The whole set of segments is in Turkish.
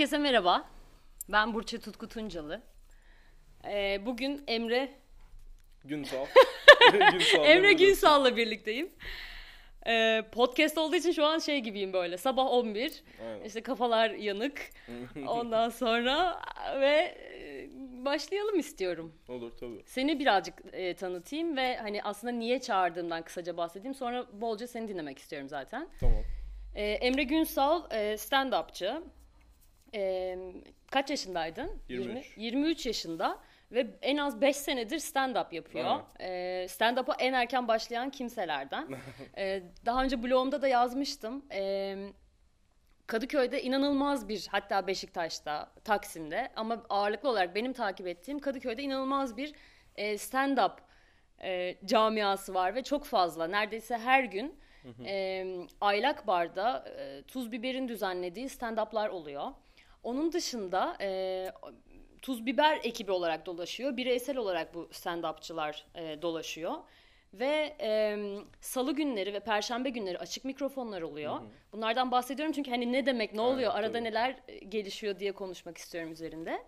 Herkese merhaba. Ben Burçe Tutku Tuncalı. Bugün Emre Günsal. Emre Günsal'la birlikteyim. Podcast olduğu için şu an şey gibiyim böyle. Sabah 11. Aynen. İşte kafalar yanık. Ondan sonra başlayalım istiyorum. Olur tabii. Seni birazcık tanıtayım ve hani aslında niye çağırdığımdan kısaca bahsedeyim. Sonra bolca seni dinlemek istiyorum zaten. Tamam. Emre Günsal stand-upçı. Kaç yaşındaydın? 23. 23 yaşında ve en az 5 senedir stand-up yapıyor. Stand-up'a en erken başlayan kimselerden. Daha önce blogumda da yazmıştım. Kadıköy'de inanılmaz bir, hatta Beşiktaş'ta, Taksim'de ama ağırlıklı olarak benim takip ettiğim Kadıköy'de inanılmaz bir stand-up camiası var ve çok fazla. Neredeyse her gün Aylak Bar'da Tuz Biber'in düzenlediği stand-up'lar oluyor. Onun dışında Tuz Biber ekibi olarak dolaşıyor. Bireysel olarak bu stand-upçılar dolaşıyor. Ve salı günleri ve perşembe günleri açık mikrofonlar oluyor. Bunlardan bahsediyorum çünkü hani ne demek, ne oluyor, Evet, arada tabii. neler gelişiyor diye konuşmak istiyorum üzerinde.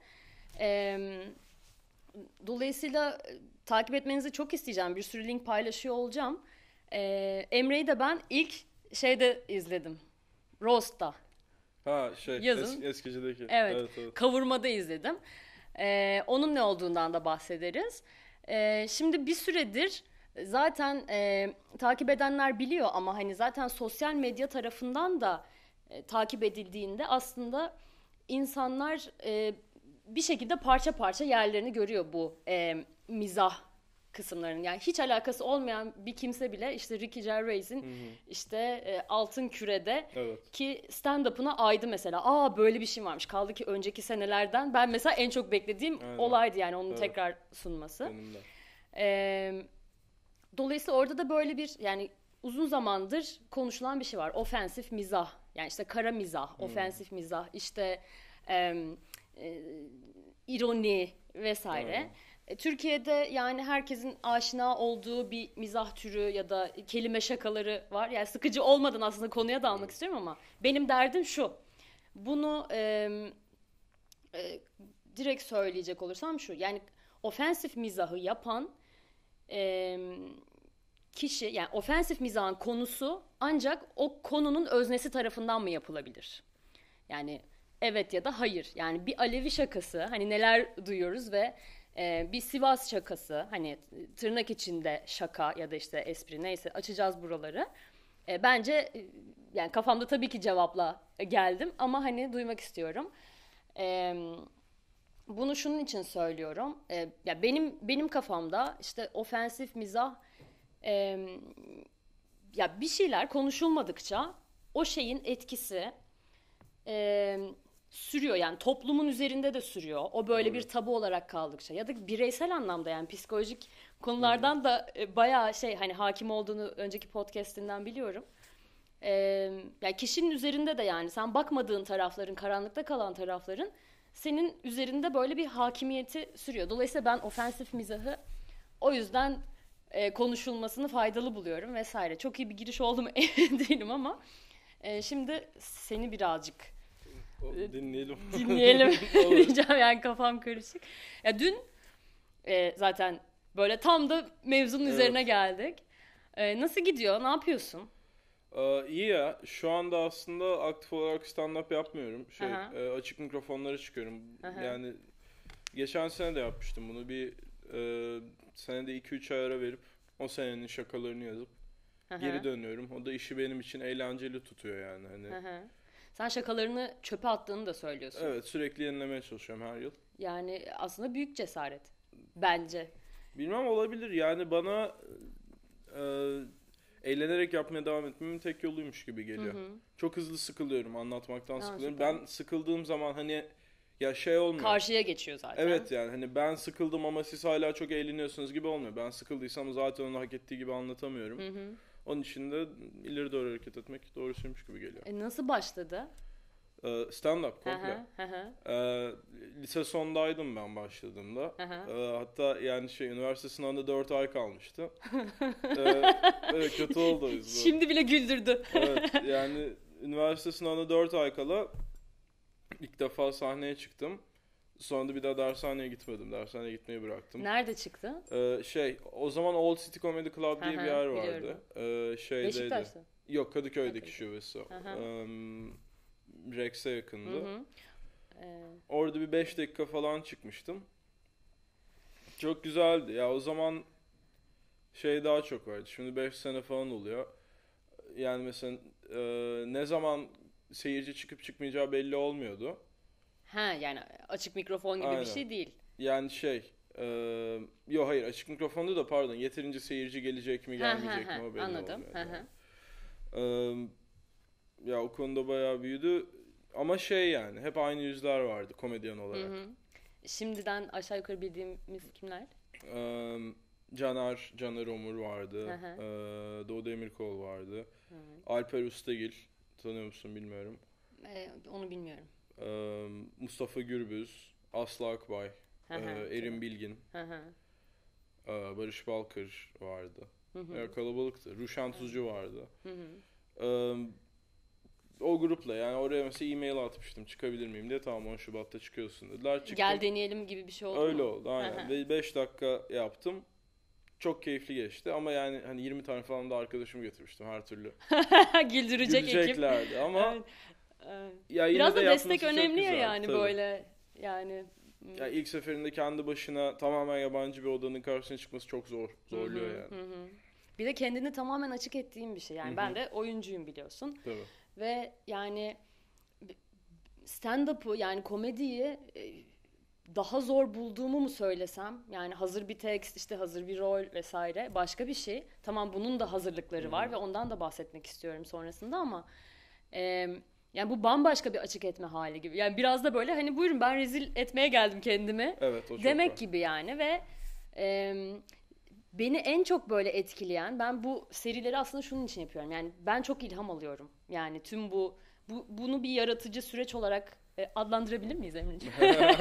Dolayısıyla takip etmenizi çok isteyeceğim. Bir sürü link paylaşıyor olacağım. Emre'yi de ben ilk şeyde izledim. Roast'ta. Yazın. Eskicideki. Evet. Evet. Kavurmada izledim. Onun ne olduğundan da bahsederiz. Şimdi bir süredir zaten takip edenler biliyor ama hani zaten sosyal medya tarafından da takip edildiğinde aslında insanlar bir şekilde parça parça yerlerini görüyor bu mizah kısımlarının. Yani hiç alakası olmayan bir kimse bile işte Ricky Gervais'in işte Altın Küre'de Evet. ki stand-up'ına aydı mesela. Böyle bir şey varmış. Kaldı ki önceki senelerden ben mesela en çok beklediğim Aynen. olaydı yani onun Evet. tekrar sunması. Benim de. Dolayısıyla orada da böyle bir yani uzun zamandır konuşulan bir şey var. Ofensif mizah. Yani işte kara mizah, ofensif mizah, işte ironi vesaire. Türkiye'de yani herkesin aşina olduğu bir mizah türü ya da kelime şakaları var. Yani sıkıcı olmadan aslında konuya dalmak istiyorum ama benim derdim şu. Bunu direkt söyleyecek olursam şu. Yani ofensif mizahı yapan kişi, yani ofensif mizahın konusu ancak o konunun öznesi tarafından mı yapılabilir? Yani evet ya da hayır. Yani bir Alevi şakası, hani neler duyuyoruz ve bir Sivas şakası, hani tırnak içinde şaka ya da işte espri neyse açacağız buraları. Bence yani kafamda tabii ki cevapla geldim ama hani duymak istiyorum. Bunu şunun için söylüyorum. Ya benim kafamda işte ofensif mizah ya bir şeyler konuşulmadıkça o şeyin etkisi sürüyor. Yani toplumun üzerinde de sürüyor. O böyle bir tabu olarak kaldıkça ya da bireysel anlamda yani psikolojik konulardan da bayağı şey hani hakim olduğunu önceki podcastinden biliyorum. Yani kişinin üzerinde de yani sen bakmadığın tarafların, karanlıkta kalan tarafların senin üzerinde böyle bir hakimiyeti sürüyor. Dolayısıyla ben ofensif mizahı o yüzden konuşulmasını faydalı buluyorum vesaire. Çok iyi bir giriş oldu mu emin değilim ama şimdi seni birazcık dinleyelim diyeceğim yani kafam karışık. Ya dün zaten böyle tam da mevzunun üzerine geldik. Nasıl gidiyor? Ne yapıyorsun? İyi ya. Şu anda aslında aktif olarak stand-up yapmıyorum. Aha. Açık mikrofonlara çıkıyorum. Aha. Yani geçen sene de yapmıştım bunu. Bir senede 2-3 ay ara verip o senenin şakalarını yazıp geri dönüyorum. O da işi benim için eğlenceli tutuyor yani. Hani. Sen şakalarını çöpe attığını da söylüyorsun. Evet, sürekli yenilemeye çalışıyorum her yıl. Yani aslında büyük cesaret. Bence. Bilmem, olabilir. Yani bana eğlenerek yapmaya devam etmemin tek yoluymuş gibi geliyor. Çok hızlı sıkılıyorum, anlatmaktan sıkılıyorum. süper. Ben sıkıldığım zaman hani ya şey olmuyor. Karşıya geçiyor zaten. Evet, yani hani ben sıkıldım ama siz hala çok eğleniyorsunuz gibi olmuyor. Ben sıkıldıysam zaten onu hak ettiği gibi anlatamıyorum. Onun için de ileri doğru hareket etmek doğrusuymuş gibi geliyor. Nasıl başladı? Stand-up komple. Lise sondaydım ben başladığımda. Hatta yani üniversite sınavında 4 ay kalmıştı. Evet, kötü oldu o yüzden. Şimdi bile güldürdü. Evet, yani üniversite sınavına 4 ay kala İlk defa sahneye çıktım. Sonra da bir daha dershaneye gitmedim. Dershaneye gitmeyi bıraktım. Nerede çıktı? O zaman Old City Comedy Club diye bir yer vardı. Beşiktaş'ta. Yok, Kadıköy'deki şubesi. Rex'e yakındı. Orada bir 5 dakika falan çıkmıştım. Çok güzeldi. Ya o zaman daha çok vardı. Şimdi 5 sene falan oluyor. Yani mesela ne zaman seyirci çıkıp çıkmayacağı belli olmuyordu. Yani açık mikrofon gibi bir şey değil. Yani yok hayır, açık mikrofonda da pardon, yeterince seyirci gelecek mi gelmeyecek mi o belli anladım. olmuyordu. Ya o konuda bayağı büyüdü ama yani hep aynı yüzler vardı komedyen olarak. Şimdiden aşağı yukarı bildiğimiz kimler? Caner Omur vardı. Doğu Demirkol vardı. Alper Ustagil, tanıyor musun bilmiyorum. Onu bilmiyorum. Mustafa Gürbüz, Aslı Akbay, Erin Bilgin, Barış Balkır vardı. Kalabalıktı. Ruşen Tuzcu vardı. O grupla yani oraya mesela e-mail atmıştım, çıkabilir miyim diye. Tamam, 10 Şubat'ta çıkıyorsun dediler. Çıktım. Gel deneyelim gibi bir şey oldu Öyle mu? oldu aynen. Ve 5 dakika yaptım. Çok keyifli geçti ama yani hani 20 tane falan da arkadaşımı getirmiştim her türlü. Güldüreceklerdi ekip. Ama ya biraz da destek önemli ya yani tabii. Böyle yani. Ya ilk seferinde kendi başına tamamen yabancı bir odanın karşısına çıkması çok zorluyor yani. Bir de kendini tamamen açık ettiğim bir şey yani. Ben de oyuncuyum biliyorsun. Tabii. Ve yani stand-up'ı yani komediyi daha zor bulduğumu mu söylesem, yani hazır bir tekst, işte hazır bir rol vesaire başka bir şey. Tamam, bunun da hazırlıkları var ve ondan da bahsetmek istiyorum sonrasında ama yani bu bambaşka bir açık etme hali gibi. Yani biraz da böyle hani buyurun ben rezil etmeye geldim kendimi. Evet, o çok demek var. Gibi yani ve beni en çok böyle etkileyen, ben bu serileri aslında şunun için yapıyorum. Yani ben çok ilham alıyorum. Yani tüm bunu bir yaratıcı süreç olarak adlandırabilir miyiz Emre'ciğim?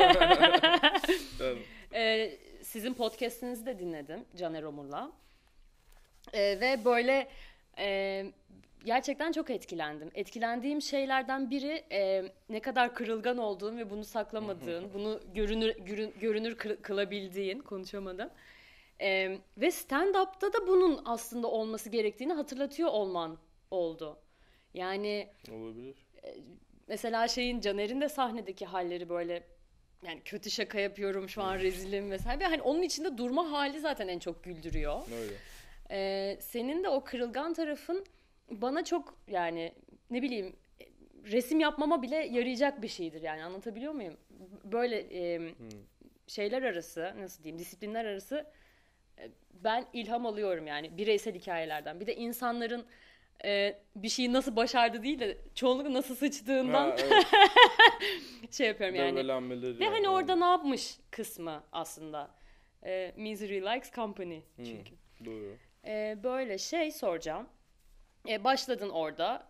Sizin podcast'inizi de dinledim Caner Omur'la. Ve böyle gerçekten çok etkilendim. Etkilendiğim şeylerden biri ne kadar kırılgan olduğun ve bunu saklamadığın, bunu görünür kılabildiğin, konuşamadım. Ve stand-up'ta da bunun aslında olması gerektiğini hatırlatıyor olman oldu. Yani olabilir. Mesela Caner'in de sahnedeki halleri böyle, yani kötü şaka yapıyorum şu an, rezilim vesaire. Ve hani onun içinde durma hali zaten en çok güldürüyor. Öyle. Senin de o kırılgan tarafın bana çok, yani ne bileyim, resim yapmama bile yarayacak bir şeydir yani, anlatabiliyor muyum? Böyle şeyler arası, nasıl diyeyim, disiplinler arası ben ilham alıyorum yani bireysel hikayelerden. Bir de insanların bir şeyi nasıl başardı değil de çoğunlukla nasıl sıçtığından şey yapıyorum yani. Ve hani orada ne yapmış kısmı aslında. Misery likes company çünkü. Doğru. Böyle soracağım. Başladın orada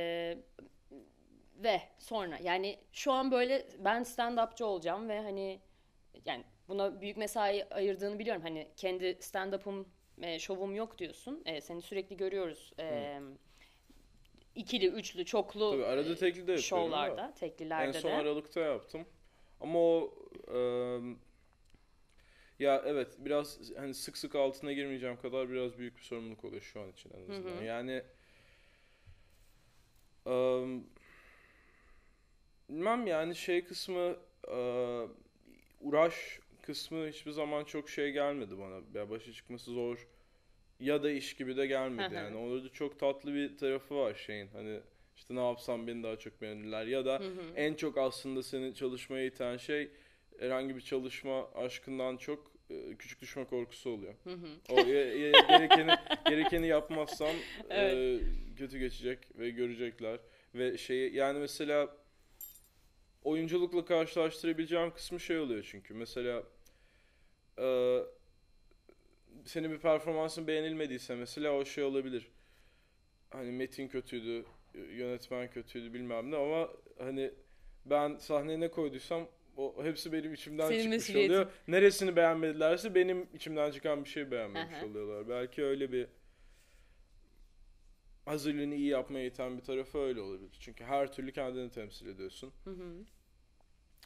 ve sonra yani şu an böyle ben stand-upçı olacağım ve hani yani buna büyük mesai ayırdığını biliyorum. Hani kendi stand-up'ım, şovum yok diyorsun. Seni sürekli görüyoruz. İkili, üçlü, çoklu tabii, arada tekli de şovlarda, teklilerde de. En son Aralık'ta yaptım. Ama o ya evet, biraz hani sık sık altına girmeyeceğim kadar biraz büyük bir sorumluluk oluyor şu an için en azından. Yani bilmem yani kısmı uğraş kısmı hiçbir zaman çok gelmedi bana. Ya başa çıkması zor ya da iş gibi de gelmedi yani. Orada çok tatlı bir tarafı var hani işte ne yapsam beni daha çok beğenirler ya da en çok aslında seni çalışmaya iten herhangi bir çalışma aşkından çok küçük düşme korkusu oluyor. O gerekeni yapmazsan kötü geçecek ve görecekler ve yani mesela oyunculukla karşılaştırabileceğim kısmı oluyor çünkü mesela senin bir performansın beğenilmediyse mesela o olabilir. Hani metin kötüydü, yönetmen kötüydü bilmem ne ama hani ben sahneye ne koyduysam o hepsi benim içimden senin çıkmış oluyor. Neresini beğenmedilerse benim içimden çıkan bir şey beğenmemiş oluyorlar. Belki öyle bir hazırlığını iyi yapmaya iten bir tarafı öyle olabilir. Çünkü her türlü kendini temsil ediyorsun.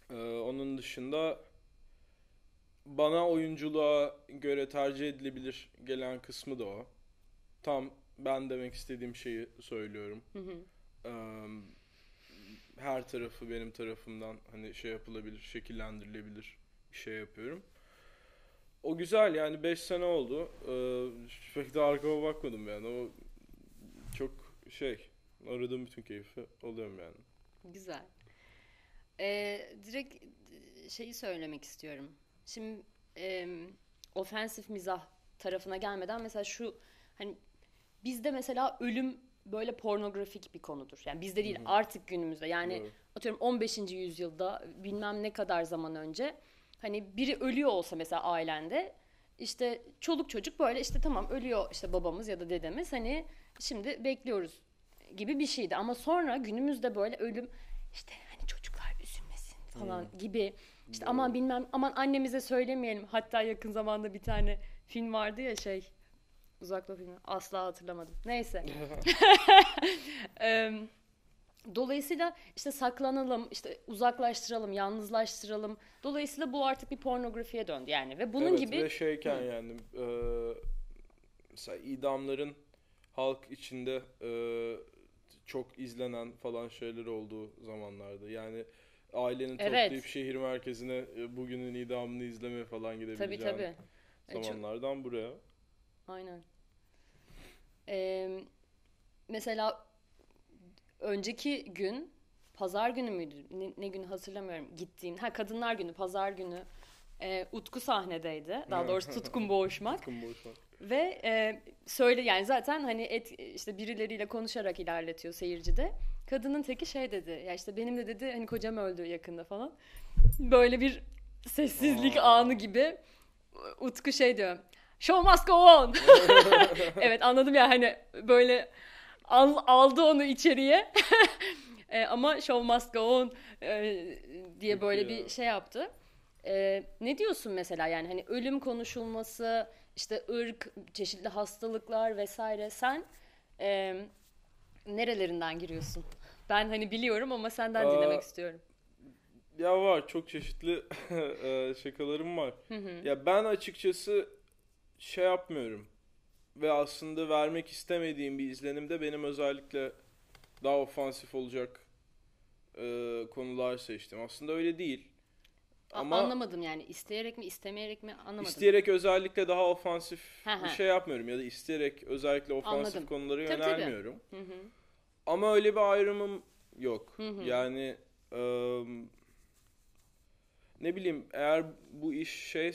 Onun dışında bana oyunculuğa göre tercih edilebilir gelen kısmı da o. Tam ben demek istediğim şeyi söylüyorum. Ee, Her tarafı benim tarafımdan hani şey yapılabilir, şekillendirilebilir bir şey yapıyorum. O güzel yani 5 sene oldu. Pek de arkama bakmadım yani. O çok aradığım bütün keyfi alıyorum yani. Güzel. Direkt şeyi söylemek istiyorum. Şimdi ofensif mizah tarafına gelmeden mesela şu hani bizde mesela ölüm böyle pornografik bir konudur. Yani bizde değil, artık günümüzde. Yani Doğru. atıyorum 15. yüzyılda bilmem ne kadar zaman önce hani biri ölüyor olsa mesela ailende, işte çoluk çocuk böyle işte tamam ölüyor işte babamız ya da dedemiz, hani şimdi bekliyoruz gibi bir şeydi. Ama sonra günümüzde böyle ölüm işte hani çocuklar üzülmesin falan gibi, işte Doğru. aman bilmem aman annemize söylemeyelim. Hatta yakın zamanda bir tane film vardı ya, Uzak Doğu filmi. Asla hatırlamadım. Neyse. Dolayısıyla işte saklanalım, işte uzaklaştıralım, yalnızlaştıralım. Dolayısıyla bu artık bir pornografiye döndü yani. Ve bunun Evet, gibi... ve yani mesela idamların halk içinde çok izlenen falan şeyler olduğu zamanlarda. Yani ailenin toplayıp şehir merkezine bugünün idamını izlemeye falan gidebileceğin zamanlardan buraya. Aynen. Mesela önceki gün pazar günü müydü? Ne günü hatırlamıyorum. Kadınlar günü, pazar günü Utku sahnedeydi. Daha doğrusu Tutkun Boğuşmak. Tutkun Boğuşmak. Ve yani zaten hani işte birileriyle konuşarak ilerletiyor seyircide. Kadının teki dedi. Ya işte benim de dedi hani kocam öldü yakında falan. Böyle bir sessizlik anı gibi. Utku diyor. Show must go on. Evet, anladım ya, hani böyle aldı onu içeriye. Ama show must go on diye böyle bir şey yaptı. Ne diyorsun mesela, yani hani ölüm konuşulması, işte ırk, çeşitli hastalıklar vesaire, sen nerelerinden giriyorsun? Ben hani biliyorum ama senden dinlemek istiyorum. Ya var, çok çeşitli şakalarım var. Ya ben açıkçası yapmıyorum. Ve aslında vermek istemediğim bir izlenimde benim özellikle daha ofansif olacak konular seçtim. Aslında öyle değil. Ama anlamadım yani, isteyerek mi istemeyerek mi, anlamadım. İsteyerek özellikle daha ofansif bir şey yapmıyorum ya da isteyerek özellikle ofansif konulara yönelmiyorum. Tabii. Ama öyle bir ayrımım yok. Yani ne bileyim, eğer bu iş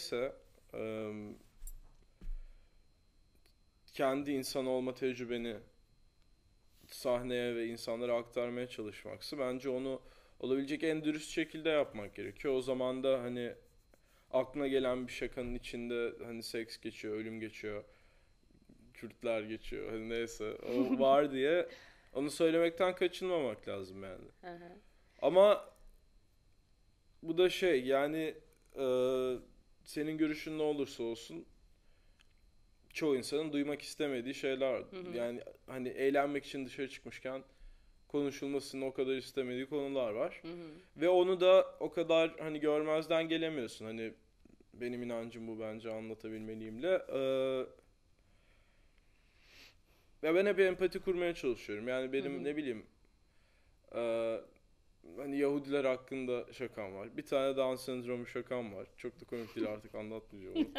kendi insan olma tecrübeni sahneye ve insanlara aktarmaya çalışmaksa, bence onu olabilecek en dürüst şekilde yapmak gerekiyor. O zaman da hani aklına gelen bir şakanın içinde hani seks geçiyor, ölüm geçiyor, Kürtler geçiyor, hani neyse o var diye onu söylemekten kaçınmamak lazım yani. Ama bu da yani senin görüşün ne olursa olsun çoğu insanın duymak istemediği şeyler. Yani hani eğlenmek için dışarı çıkmışken konuşulmasını o kadar istemediği konular var. Ve onu da o kadar hani görmezden gelemiyorsun. Hani benim inancım bu, bence anlatabilmeliyimle. Ya ben hep empati kurmaya çalışıyorum. Yani benim ne bileyim hani Yahudiler hakkında şakam var. Bir tane Down sendromu şakam var. Çok da komik değil, artık anlatmayacağım onu.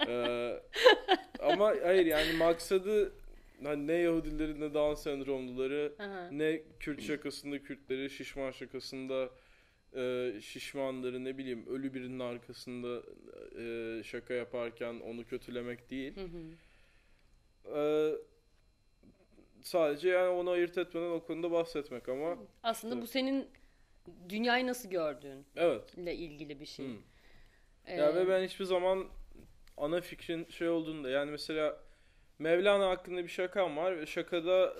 Ama hayır, yani maksadı hani ne Yahudileri ne Down sendromluları, ne Kürt şakasında Kürtleri, şişman şakasında şişmanları, ne bileyim ölü birinin arkasında şaka yaparken onu kötülemek değil. Sadece yani onu ayırt etmeden o konuda bahsetmek. Ama aslında bu senin dünyayı nasıl gördüğünle ilgili bir şey. Ya ve ben hiçbir zaman ana fikrin olduğunda, yani mesela Mevlana hakkında bir şakam var ve şakada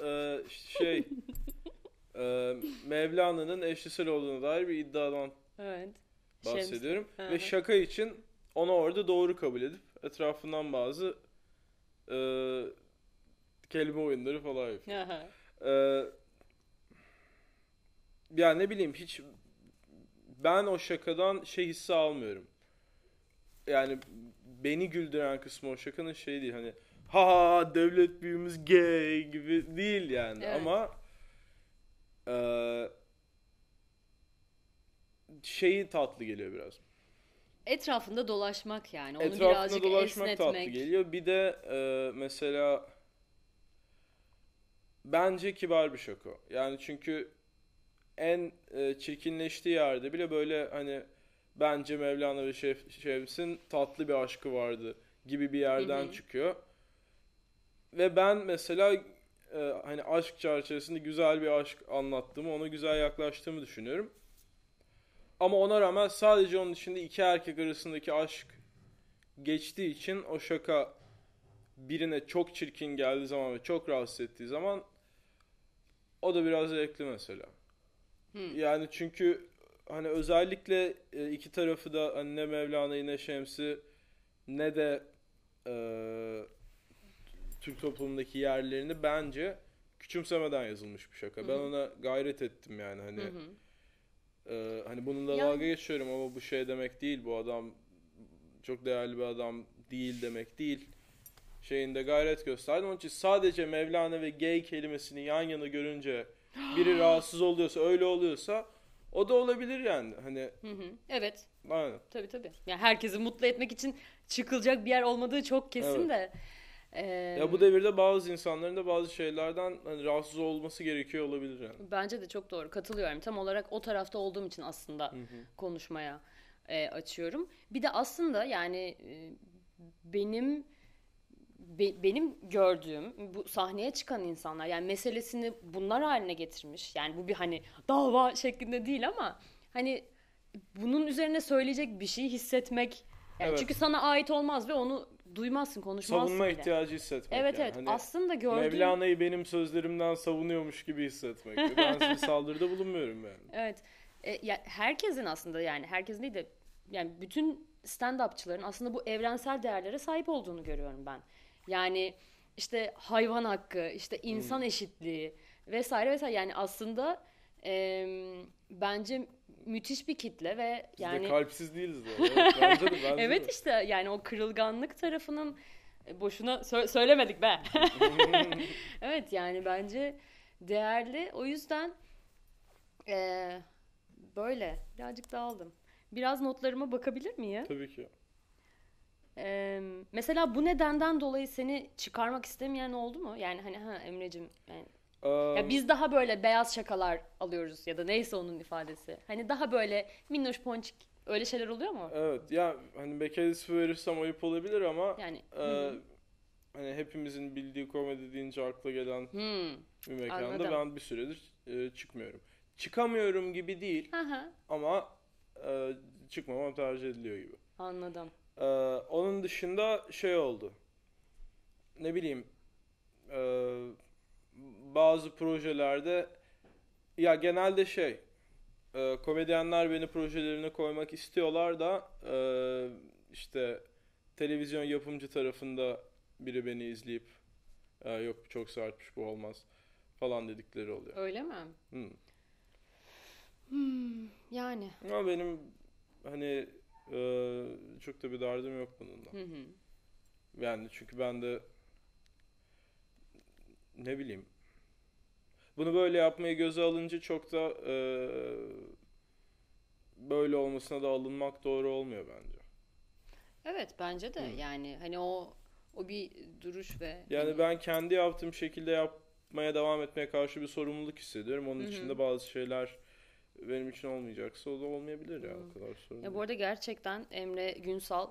Mevlana'nın eşcinsel olduğuna dair bir iddiadan bahsediyorum. Ve şaka için onu orada doğru kabul edip etrafından bazı kelime oyunları falan yapıyor. Yani ne bileyim, hiç ben o şakadan hissi almıyorum. Yani beni güldüren kısmı o şakanın değil hani ha devlet büyüğümüz gay gibi değil yani. Evet. Ama tatlı geliyor biraz. Etrafında dolaşmak yani. Onu etrafında birazcık dolaşmak esnetmek. Tatlı geliyor. Bir de mesela bence kibar bir şaka. Yani çünkü en çirkinleştiği yerde bile böyle hani bence Mevlana ve Şems'in tatlı bir aşkı vardı gibi bir yerden çıkıyor. Ve ben mesela hani aşk çerçevesinde güzel bir aşk anlattığımı, ona güzel yaklaştığımı düşünüyorum. Ama ona rağmen sadece onun içinde iki erkek arasındaki aşk geçtiği için o şaka birine çok çirkin geldiği zaman ve çok rahatsız ettiği zaman o da biraz zevkli mesela. Yani çünkü hani özellikle iki tarafı da hani ne Mevlana'yı ne Şems'i ne de Türk toplumundaki yerlerini bence küçümsemeden yazılmış bir şaka. Ben ona gayret ettim yani hani hani bununla dalga geçiyorum ama bu demek değil, bu adam çok değerli bir adam değil demek değil. Şeyinde gayret gösterdim. Onun için sadece Mevlana ve gay kelimesini yan yana görünce biri rahatsız oluyorsa, öyle oluyorsa o da olabilir yani. Hani evet. Aynen. Tabii. Yani herkesi mutlu etmek için çıkılacak bir yer olmadığı çok kesin de. Ya bu devirde bazı insanların da bazı şeylerden hani rahatsız olması gerekiyor olabilir yani. Bence de çok doğru. Katılıyorum. Tam olarak o tarafta olduğum için aslında konuşmaya açıyorum. Bir de aslında yani benim gördüğüm bu sahneye çıkan insanlar yani meselesini bunlar haline getirmiş. Yani bu bir hani dava şeklinde değil ama hani bunun üzerine söyleyecek bir şey hissetmek yani evet. Çünkü sana ait olmaz ve onu duymazsın, konuşmazsın. Savunma bile. İhtiyacı hissetmek. Evet yani. Hani aslında gördüğüm Mevlana'yı benim sözlerimden savunuyormuş gibi hissetmek. Ben size saldırıda bulunmuyorum yani. Evet. Ya herkesin aslında yani herkesin değil de yani bütün stand-upçıların aslında bu evrensel değerlere sahip olduğunu görüyorum ben. Yani işte hayvan hakkı, işte insan eşitliği vesaire yani aslında bence müthiş bir kitle ve yani... Biz de kalpsiz değiliz de. Evet, bence de. Evet işte yani o kırılganlık tarafının boşuna söylemedik be. Evet yani bence değerli. O yüzden böyle birazcık dağıldım. Biraz notlarıma bakabilir miyim? Tabii ki. Mesela bu nedenden dolayı seni çıkarmak istemeyen oldu mu? Yani hani Emre'cim yani... Ya biz daha böyle beyaz şakalar alıyoruz ya da neyse onun ifadesi. Hani daha böyle minnoş ponçik öyle şeyler oluyor mu? Evet ya hani bekar ismi verirsem ayıp olabilir ama yani hani hepimizin bildiği komedi deyince akla gelen bir mekanda anladım. Ben bir süredir çıkmıyorum. Çıkamıyorum gibi değil ama çıkmamam tercih ediliyor gibi. Anladım. Onun dışında oldu. Ne bileyim bazı projelerde ya genelde komedyenler beni projelerine koymak istiyorlar da işte televizyon yapımcı tarafında biri beni izleyip yok çok sertmiş bu olmaz falan dedikleri oluyor. Öyle mi? Yani. Ama benim hani çok da bir derdim yok bununla. Yani çünkü ben de ne bileyim bunu böyle yapmayı göze alınca çok da böyle olmasına da alınmak doğru olmuyor bence. Evet bence de yani hani o bir duruş ve... Yani hani... ben kendi yaptığım şekilde yapmaya devam etmeye karşı bir sorumluluk hissediyorum. Onun içinde bazı şeyler benim için olmayacaksa o da olmayabilir ya o kadar sorun. Ya bu arada gerçekten Emre Günsal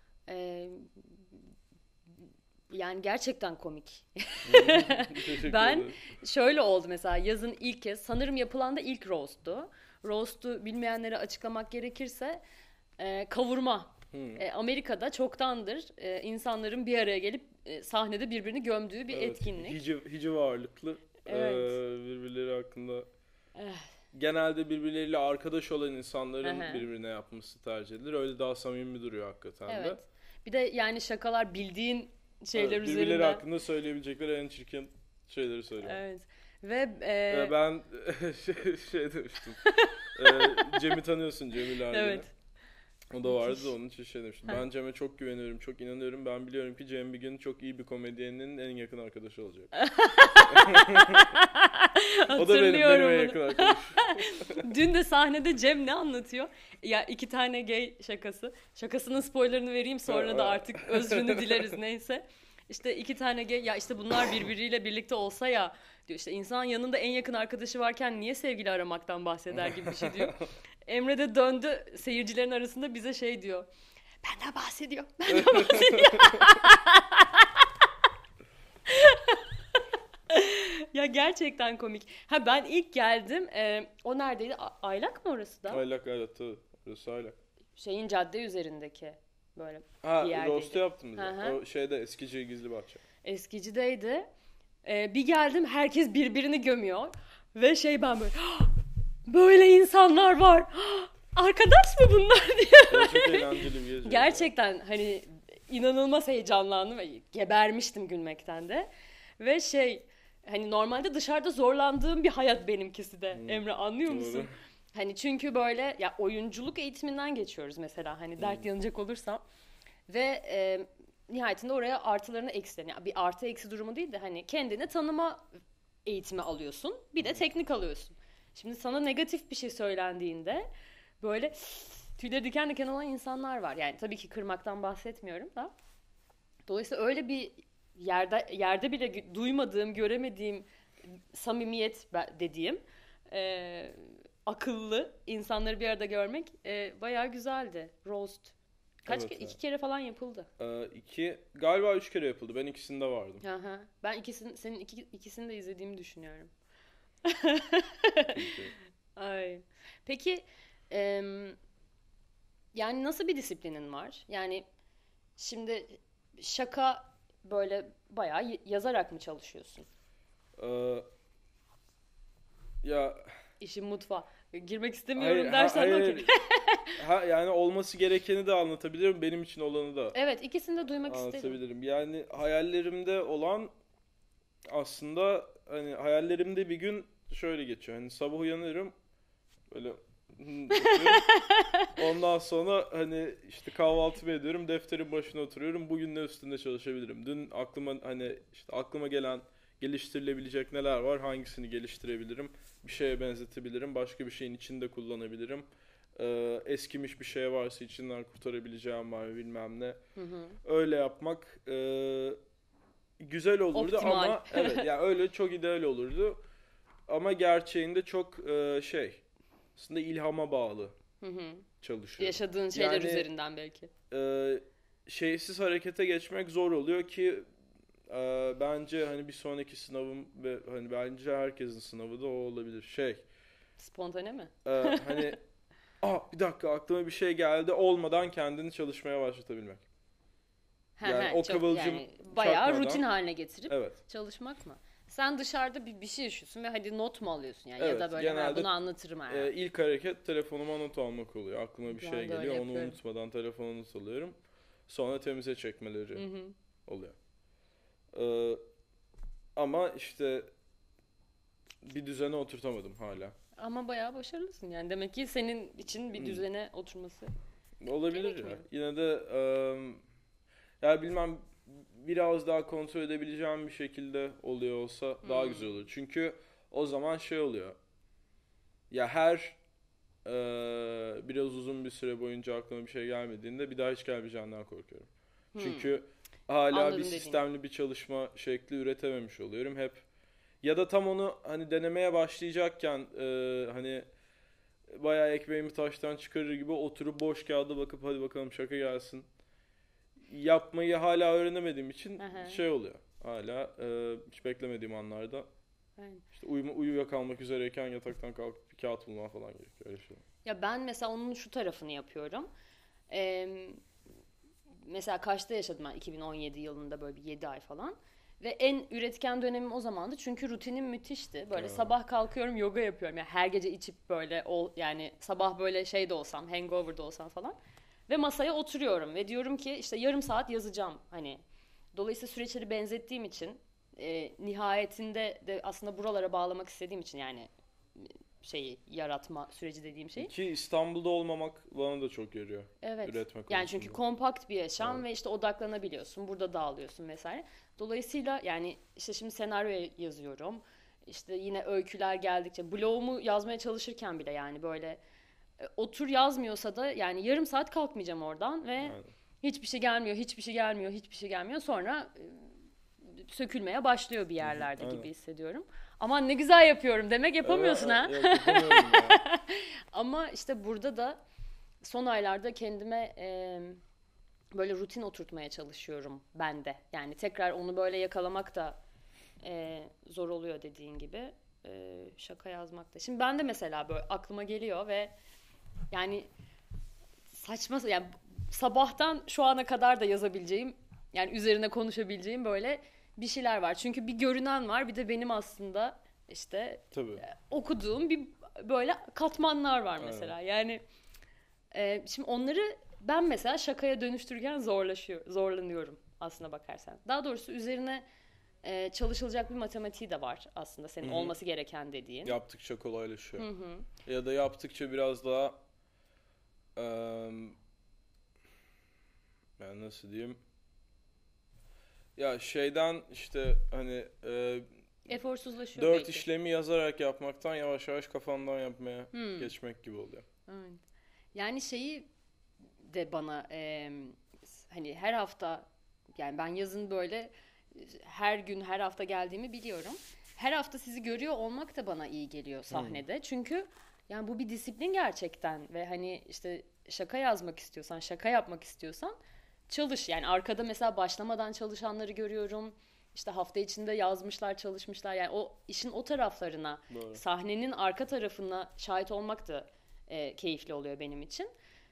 yani gerçekten komik. Ben şöyle oldu mesela yazın ilk kez sanırım yapılan da ilk roast'tu. Roast'u bilmeyenlere açıklamak gerekirse kavurma. Amerika'da çoktandır insanların bir araya gelip sahnede birbirini gömdüğü bir etkinlik. Hiciv ağırlıklı birbirleri hakkında genelde birbirleriyle arkadaş olan insanların birbirine yapması tercih edilir. Öyle daha samimi duruyor hakikaten de. Bir de yani şakalar bildiğin şeyler üzerinden. Birbirleri hakkında söyleyebilecekleri en çirkin şeyleri söylüyor. Evet. Ve Ben şey demiştim. Cem'i tanıyorsun, Cem İlergen'i. evet. O da vardı da onun için şey demiştim. Ben Cem'e çok güveniyorum, çok inanıyorum. Ben biliyorum ki Cem bir gün çok iyi bir komedyenin en yakın arkadaşı olacak. O da benim en yakın arkadaşım. Dün de sahnede Cem ne anlatıyor? Ya 2 tane gay şakası. Şakasının spoilerını vereyim, sonra da artık özrünü dileriz neyse. İşte 2 tane gay, ya işte bunlar birbiriyle birlikte olsa ya diyor, işte insan yanında en yakın arkadaşı varken niye sevgili aramaktan bahseder gibi bir şey diyor. Emre de döndü seyircilerin arasında bize şey diyor. Benden bahsediyor. Benden bahsediyor. Ya gerçekten komik. Ha ben ilk geldim. O neredeydi? Aylak mı orası da? Aylak, evet. Orası Aylak. Şeyin cadde üzerindeki böyle bir yerdeydi. Roast'u yaptım bize. O şeyde Eskici Gizlibahçe. Eskicideydi. Bir geldim, herkes birbirini gömüyor. Ve ben böyle böyle insanlar var. Arkadaş mı bunlar diye. Çok eğlenceli bir gece. Gerçekten hani inanılmaz heyecanlandım ve gebermiştim gülmekten de. Ve hani normalde dışarıda zorlandığım bir hayat benimkisi de. Emre, anlıyor musun? Hani çünkü böyle ya oyunculuk eğitiminden geçiyoruz mesela, hani dert yanacak olursam. Ve nihayetinde oraya artılarını eksilerini, yani bir artı eksi durumu değil de hani kendini tanıma eğitimi alıyorsun. Bir de teknik alıyorsun. Şimdi sana negatif bir şey söylendiğinde böyle tüyleri diken diken olan insanlar var. Yani tabii ki kırmaktan bahsetmiyorum da. Dolayısıyla öyle bir yerde bile duymadığım, göremediğim samimiyet dediğim akıllı insanları bir arada görmek bayağı güzeldi. Roast. Evet, 2 kere falan yapıldı. Galiba 3 kere yapıldı. Ben ikisinde vardım. Ben senin ikisini de izlediğimi düşünüyorum. Ay. Peki yani nasıl bir disiplinin var? Yani şimdi şaka böyle bayağı yazarak mı çalışıyorsun? Ya İşin mutfağı. Girmek istemiyorum dersen okey. Yani olması gerekeni de anlatabilirim. Benim için olanı da. Evet, ikisini de duymak anlatabilirim. isterim. Yani hayallerimde olan aslında hani hayallerimde bir gün şöyle geçiyor. Hani sabah uyanırım böyle ondan sonra hani işte kahvaltımı ediyorum, defterin başına oturuyorum. Bugün ne üstünde çalışabilirim? Dün aklıma gelen geliştirilebilecek neler var? Hangisini geliştirebilirim? Bir şeye benzetebilirim. Başka bir şeyin içinde kullanabilirim. Eskimiş bir şey varsa içinden kurtarabileceğim var mı bilmem ne. Öyle yapmak güzel olurdu. Optimal. Ama evet yani öyle çok ideal olurdu. Ama gerçeğinde çok aslında ilhama bağlı çalışıyor. Yaşadığın şeyler üzerinden belki. Şeysiz harekete geçmek zor oluyor ki bence hani bir sonraki sınavım ve hani bence herkesin sınavı da o olabilir. Spontane mi? Hani bir dakika aklıma bir şey geldi olmadan kendini çalışmaya başlatabilmek. Yani o kıvılcım bayağı çakmadan, rutin haline getirip evet. Çalışmak mı? Sen dışarıda bir şey yaşıyorsun ve hadi not mu alıyorsun yani? Evet, Ya da böyle bunu anlatırım herhalde. İlk hareket telefonuma not almak oluyor. Aklıma bir şey geliyor, onu yapıyorum. unutmadan telefonu not alıyorum. Sonra temize çekmeleri oluyor. Ama işte bir düzene oturtamadım hala. Ama bayağı başarılısın yani. Demek ki senin için bir düzene oturması olabilir ya. Yine de ya bilmem, biraz daha kontrol edebileceğim bir şekilde oluyor olsa daha güzel olur. Çünkü o zaman oluyor. Ya biraz uzun bir süre boyunca aklıma bir şey gelmediğinde bir daha hiç gelmeyeceğinden korkuyorum. Çünkü hala Anladım bir sistemli bir çalışma şekli üretememiş oluyorum. Hep ya da tam onu hani denemeye başlayacakken hani bayağı ekmeğimi taştan çıkarır gibi oturup boş kağıda bakıp hadi bakalım şaka gelsin. Yapmayı hala öğrenemediğim için oluyor. Hala hiç beklemediğim anlarda işte uyuyakalmak üzereyken yataktan kalkıp bir kağıt bulmam falan gerekiyor. Öyle şey. Ya ben mesela onun şu tarafını yapıyorum. Mesela Kaş'ta yaşadım ben 2017 yılında böyle bir 7 ay falan. Ve en üretken dönemim o zamandı. Çünkü rutinim müthişti. Böyle sabah kalkıyorum, yoga yapıyorum. Yani her gece içip böyle yani sabah böyle de olsam, hangover'da olsam falan. Ve masaya oturuyorum ve diyorum ki işte yarım saat yazacağım hani. Dolayısıyla süreçleri benzettiğim için nihayetinde de aslında buralara bağlamak istediğim için yani şeyi yaratma süreci dediğim şey. Ki İstanbul'da olmamak bana da çok yarıyor. Evet. Üretme konusunda. Yani çünkü kompakt bir yaşam ve işte odaklanabiliyorsun. Burada dağılıyorsun vesaire. Dolayısıyla yani işte şimdi senaryo yazıyorum. İşte yine öyküler geldikçe blogumu yazmaya çalışırken bile yani böyle otur yazmıyorsa da yani yarım saat kalkmayacağım oradan ve Aynen. hiçbir şey gelmiyor. Sonra sökülmeye başlıyor bir yerlerde gibi hissediyorum. Aman ne güzel yapıyorum demek yapamıyorsun ha. Yok, yapamıyorum ya. Ama işte burada da son aylarda kendime böyle rutin oturtmaya çalışıyorum ben de. Yani tekrar onu böyle yakalamak da zor oluyor dediğin gibi. Şaka yazmak da. Şimdi ben de mesela böyle aklıma geliyor ve yani saçma yani sabahtan şu ana kadar da yazabileceğim yani üzerine konuşabileceğim böyle bir şeyler var. Çünkü bir görünen var bir de benim aslında işte okuduğum bir böyle katmanlar var mesela. Evet. Yani şimdi onları ben mesela şakaya dönüştürürken zorlanıyorum aslına bakarsan. Daha doğrusu üzerine çalışılacak bir matematiği de var aslında senin olması gereken dediğin. Yaptıkça kolaylaşıyor. Ya da yaptıkça biraz daha ben nasıl diyeyim? Ya şeyden işte hani eforsuzlaşıyor 4 belki. işlemi yazarak yapmaktan yavaş yavaş kafandan yapmaya geçmek gibi oluyor. Evet. Yani şeyi de bana hani her hafta yani ben yazın böyle her gün her hafta geldiğimi biliyorum. Her hafta sizi görüyor olmak da bana iyi geliyor sahnede. Çünkü yani bu bir disiplin gerçekten ve hani işte şaka yazmak istiyorsan, şaka yapmak istiyorsan çalış. Yani arkada mesela başlamadan çalışanları görüyorum. İşte hafta içinde yazmışlar, çalışmışlar. Yani o işin o taraflarına, sahnenin arka tarafına şahit olmak da keyifli oluyor benim için.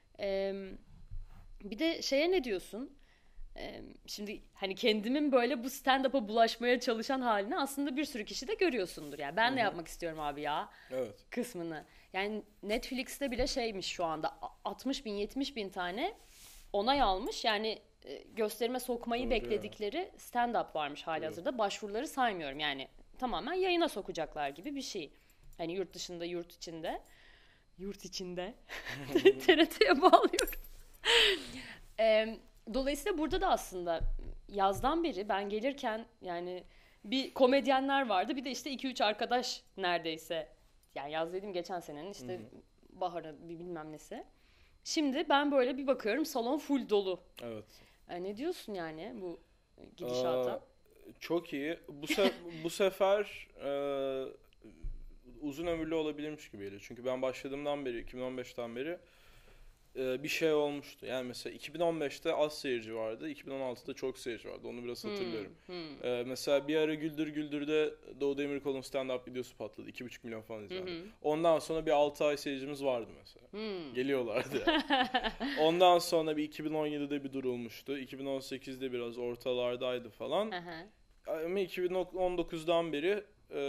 Bir de şeye ne diyorsun? Şimdi hani kendimin böyle bu stand-up'a bulaşmaya çalışan halini aslında bir sürü kişi de görüyorsundur. Yani ben de yapmak istiyorum abi ya kısmını. Yani Netflix'te bile şeymiş şu anda 60 bin 70 bin tane onay almış. Yani gösterime sokmayı bekledikleri stand-up varmış halihazırda. Başvuruları saymıyorum yani tamamen yayına sokacaklar gibi bir şey. Hani yurt dışında, yurt içinde. Yurt içinde. TRT'ye bağlıyorum. Dolayısıyla burada da aslında yazdan beri ben gelirken yani bir komedyenler vardı. Bir de işte 2-3 arkadaş neredeyse. Yani yaz dedim geçen senenin işte baharı bir bilmem nesi. Şimdi ben böyle bir bakıyorum salon full dolu. Evet. Ne diyorsun yani bu gidişata? Çok iyi. Bu sefer uzun ömürlü olabilirmiş gibi geliyor. Çünkü ben başladığımdan beri 2015'ten beri bir şey olmuştu. Yani mesela 2015'te az seyirci vardı. 2016'da çok seyirci vardı. Onu biraz hatırlıyorum. Mesela bir ara Güldür Güldür'de Doğu Demirkol'un stand-up videosu patladı. 2,5 milyon falan izlendi. Ondan sonra bir 6 ay seyircimiz vardı mesela. Geliyorlardı yani. Ondan sonra bir 2017'de bir durulmuştu. 2018'de biraz ortalardaydı falan. Ama 2019'dan beri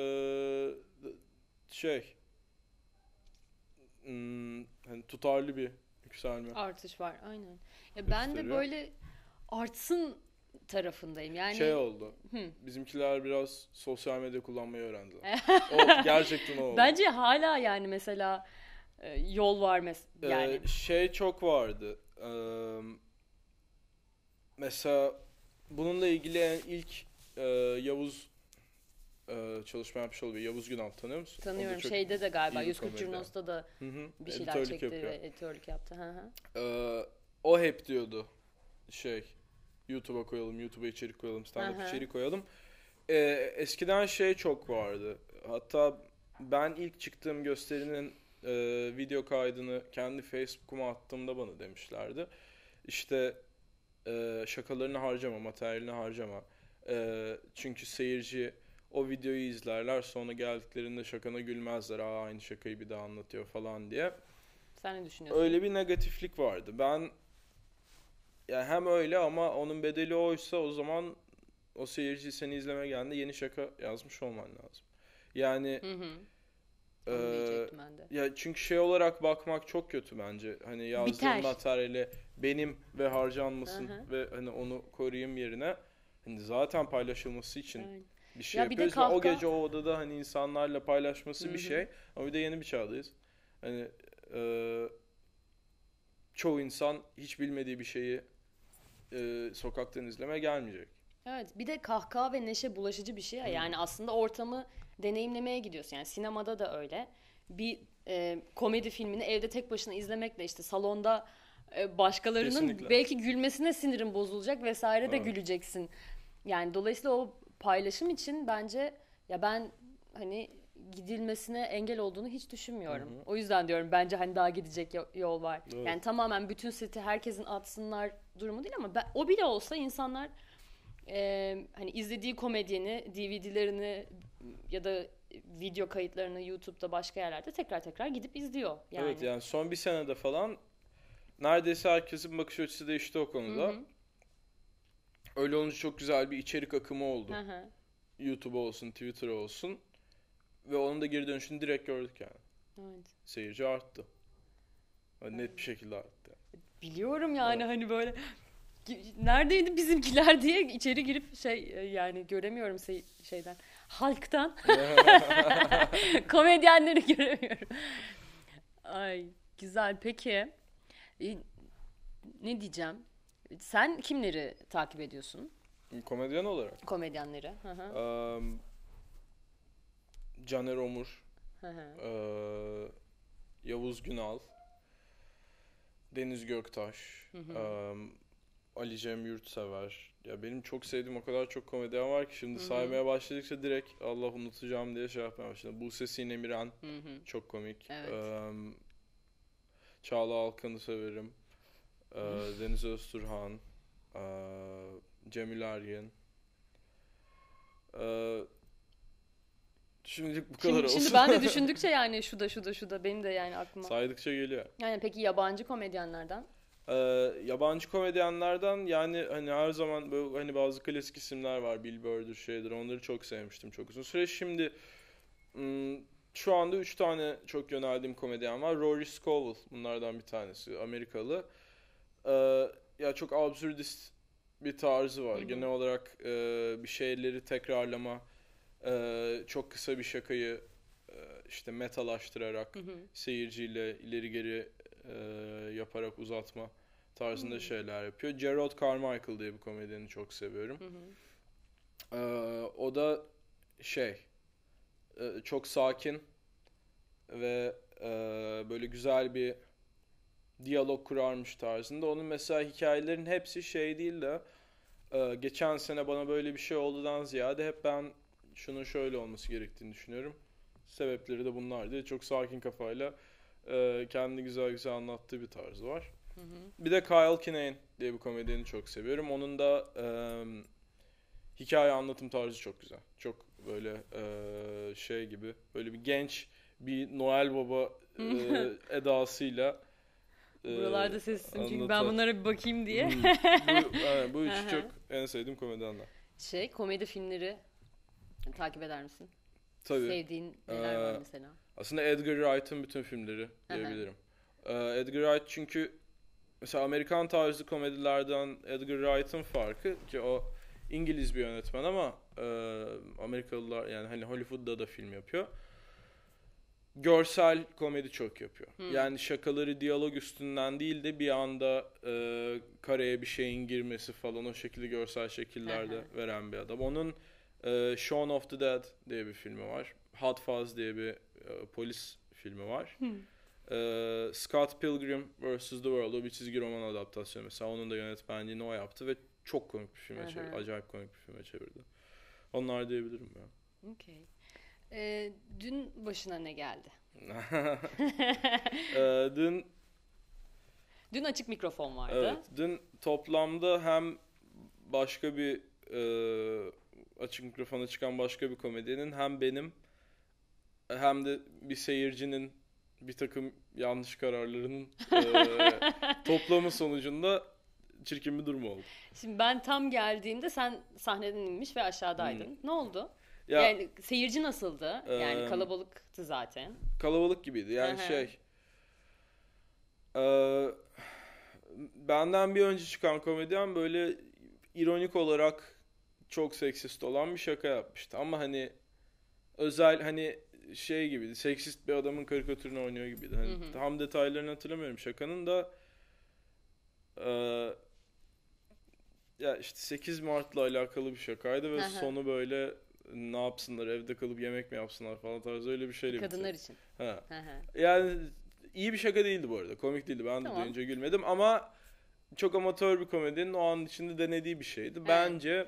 hani tutarlı bir yükselme. Artış var aynen. Ya ben de böyle artsın tarafındayım. Yani şey oldu. Bizimkiler biraz sosyal medya kullanmayı öğrendiler. Gerçekten o oldu. Bence hala yani mesela yol var yani. Şey çok vardı. Mesela bununla ilgili ilk Yavuz çalışma yapmış oluyor. Yavuz Günal tanıyor musun? Tanıyorum. Şeyde de galiba 140 Curnos'ta da bir şeyler çekti ve editörlük yaptı. O hep diyordu YouTube'a koyalım, YouTube'a içerik koyalım, stand-up içerik koyalım. Eskiden çok vardı. Hatta ben ilk çıktığım gösterinin video kaydını kendi Facebook'uma attığımda bana demişlerdi. İşte şakalarını harcama, materyalini harcama. Çünkü seyirci o videoyu izlerler, sonra geldiklerinde şakana gülmezler. Aynı şakayı bir daha anlatıyor falan diye. Sen ne düşünüyorsun? Öyle bir negatiflik vardı. Ben yani hem öyle ama onun bedeli oysa o zaman o seyirci seni izlemeye geldiğinde yeni şaka yazmış olman lazım. Yani ya çünkü olarak bakmak çok kötü bence. Hani yazdığım materyali benim ve harcanmasın ve hani onu koruyayım yerine hani zaten paylaşılması için bir şey Ya bir de yapıyoruz. Ve o kahkaha... gece o odada hani insanlarla paylaşması bir şey. Ama bir de yeni bir çağdayız. Hani çoğu insan hiç bilmediği bir şeyi sokaktan izlemeye gelmeyecek. Evet, bir de kahkaha ve neşe bulaşıcı bir şey ya. Yani aslında ortamı deneyimlemeye gidiyorsun. Yani sinemada da öyle. Bir komedi filmini evde tek başına izlemekle işte salonda başkalarının Kesinlikle. belki gülmesine sinirin bozulacak vesaire de Evet. güleceksin. Yani dolayısıyla o paylaşım için bence ya ben hani gidilmesine engel olduğunu hiç düşünmüyorum. O yüzden diyorum bence hani daha gidecek yol var. Evet. Yani tamamen bütün seti herkesin atsınlar durumu değil ama o bile olsa insanlar hani izlediği komedyeni, DVD'lerini ya da video kayıtlarını YouTube'da başka yerlerde tekrar tekrar gidip izliyor. Yani. Evet, yani son bir senede falan neredeyse herkesin bakış açısı değişti o konuda. Öyle olunca çok güzel bir içerik akımı oldu. YouTube olsun, Twitter olsun. Ve onun da geri dönüşünü direkt gördük yani. Evet. Seyirci arttı. Yani net bir şekilde arttı. Biliyorum yani hani böyle neredeydi bizimkiler diye içeri girip yani göremiyorum şeyden. Halktan. Komedyenleri göremiyorum. Ay güzel peki. Ne diyeceğim? Sen kimleri takip ediyorsun? Komedyen olarak. Komedyenleri. Caner Omur, Yavuz Günal, Deniz Göktaş, Ali Cem Yurtsever. Ya benim çok sevdiğim o kadar çok komedyen var ki şimdi saymaya başladıkça direkt Allah unutacağım diye şey yapmaya başladım. Buse Sinemiren çok komik. Evet. Çağla Alkan'ı severim. Deniz Özturhan, Cemil Ergen. Şimdilik bu kadar olsun. Şimdi ben de düşündükçe yani şu da benim de yani aklıma. Saydıkça geliyor. Yani peki yabancı komedyenlerden? Yabancı komedyenlerden yani hani her zaman böyle hani bazı klasik isimler var. Bill Burr'dur şeydir. Onları çok sevmiştim çok uzun süre. Şimdi şu anda 3 tane çok yöneldiğim komedyen var. Rory Scovel bunlardan bir tanesi. Amerikalı. Ya çok absürdist bir tarzı var. Genel olarak bir şeyleri tekrarlama, çok kısa bir şakayı işte metalaştırarak seyirciyle ileri geri yaparak uzatma tarzında şeyler yapıyor. Gerald Carmichael diye bir komedyeni çok seviyorum. O da çok sakin ve böyle güzel bir diyalog kurarmış tarzında. Onun mesela hikayelerin hepsi değil de geçen sene bana böyle bir şey oldudan ziyade hep ben şunun şöyle olması gerektiğini düşünüyorum. Sebepleri de bunlar diye çok sakin kafayla kendini güzel güzel anlattığı bir tarzı var. Bir de Kyle Kinane diye bir komedyeni çok seviyorum. Onun da hikaye anlatım tarzı çok güzel. Çok böyle gibi böyle bir genç bir Noel Baba edasıyla Buralarda sessizim çünkü ben bunlara bir bakayım diye. Bu üçü çok en sevdiğim komedyenler. Komedi filmleri takip eder misin? Tabii. Sevdiğin neler var mesela? Aslında Edgar Wright'ın bütün filmleri diyebilirim. Edgar Wright çünkü mesela Amerikan tarzı komedilerden Edgar Wright'ın farkı ki o İngiliz bir yönetmen ama Amerikalılar yani hani Hollywood'da da film yapıyor. Görsel komedi çok yapıyor. Yani şakaları diyalog üstünden değil de bir anda kareye bir şeyin girmesi falan o şekilde görsel şekillerde veren bir adam. Onun Shaun of the Dead diye bir filmi var. Hot Fuzz diye bir polis filmi var. Scott Pilgrim vs. The World o bir çizgi roman adaptasyonu mesela onun da yönetmenliğini o yaptı ve çok komik bir filme çevirdi. Acayip komik bir filme çevirdi. Onlar diyebilirim ya. Okay. Dün başına ne geldi? Dün açık mikrofon vardı. Evet, dün toplamda hem başka bir açık mikrofona çıkan başka bir komedyenin hem benim hem de bir seyircinin bir takım yanlış kararlarının toplamı sonucunda çirkin bir durum oldu. Şimdi ben tam geldiğimde sen sahneden inmiş ve aşağıdaydın. Ne oldu? Yani seyirci nasıldı? Yani kalabalıktı zaten. Kalabalık gibiydi. Yani benden bir önce çıkan komedyen böyle ironik olarak çok seksist olan bir şaka yapmıştı. Ama hani özel hani şey gibiydi. Seksist bir adamın karikatürünü oynuyor gibiydi. Hani tam detaylarını hatırlamıyorum şakanın da. Ya işte 8 Mart'la alakalı bir şakaydı ve sonu böyle ne yapsınlar, evde kalıp yemek mi yapsınlar falan tarzı öyle bir şeyle bitiyor. Kadınlar için. Yani iyi bir şaka değildi bu arada. Komik değildi. Ben de duyunca gülmedim ama çok amatör bir komedinin o an içinde denediği bir şeydi. Evet. Bence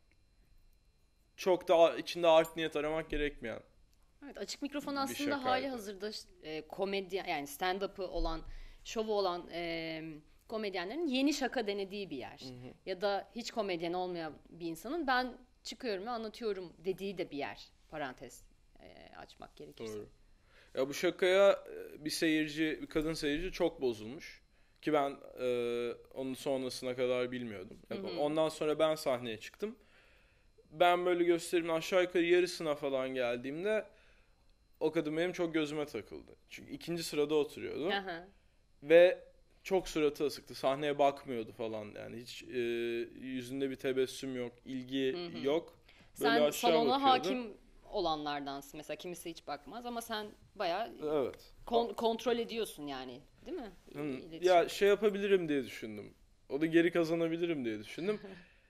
çok da içinde art niyet aramak gerekmeyen. Evet, Açık Mikrofon aslında hali hazırda komedyen, yani stand-up'ı olan, şovu olan komedyenlerin yeni şaka denediği bir yer. Ya da hiç komedyen olmayan bir insanın ben çıkıyorum ve anlatıyorum dediği de bir yer. Parantez açmak gerekirse. Doğru. Ya bu şakaya bir kadın seyirci çok bozulmuş. Ki ben onun sonrasına kadar bilmiyordum. Ondan sonra ben sahneye çıktım. Ben böyle gösterimin aşağı yukarı yarısına falan geldiğimde o kadın benim çok gözüme takıldı. Çünkü ikinci sırada oturuyordu. Ve çok suratı asıktı. Sahneye bakmıyordu falan. Yani hiç yüzünde bir tebessüm yok, ilgi yok. Böyle sen salona hakim olanlardansın. Mesela kimisi hiç bakmaz ama sen bayağı kontrol ediyorsun yani. Değil mi? Ya şey yapabilirim diye düşündüm. O da geri kazanabilirim diye düşündüm.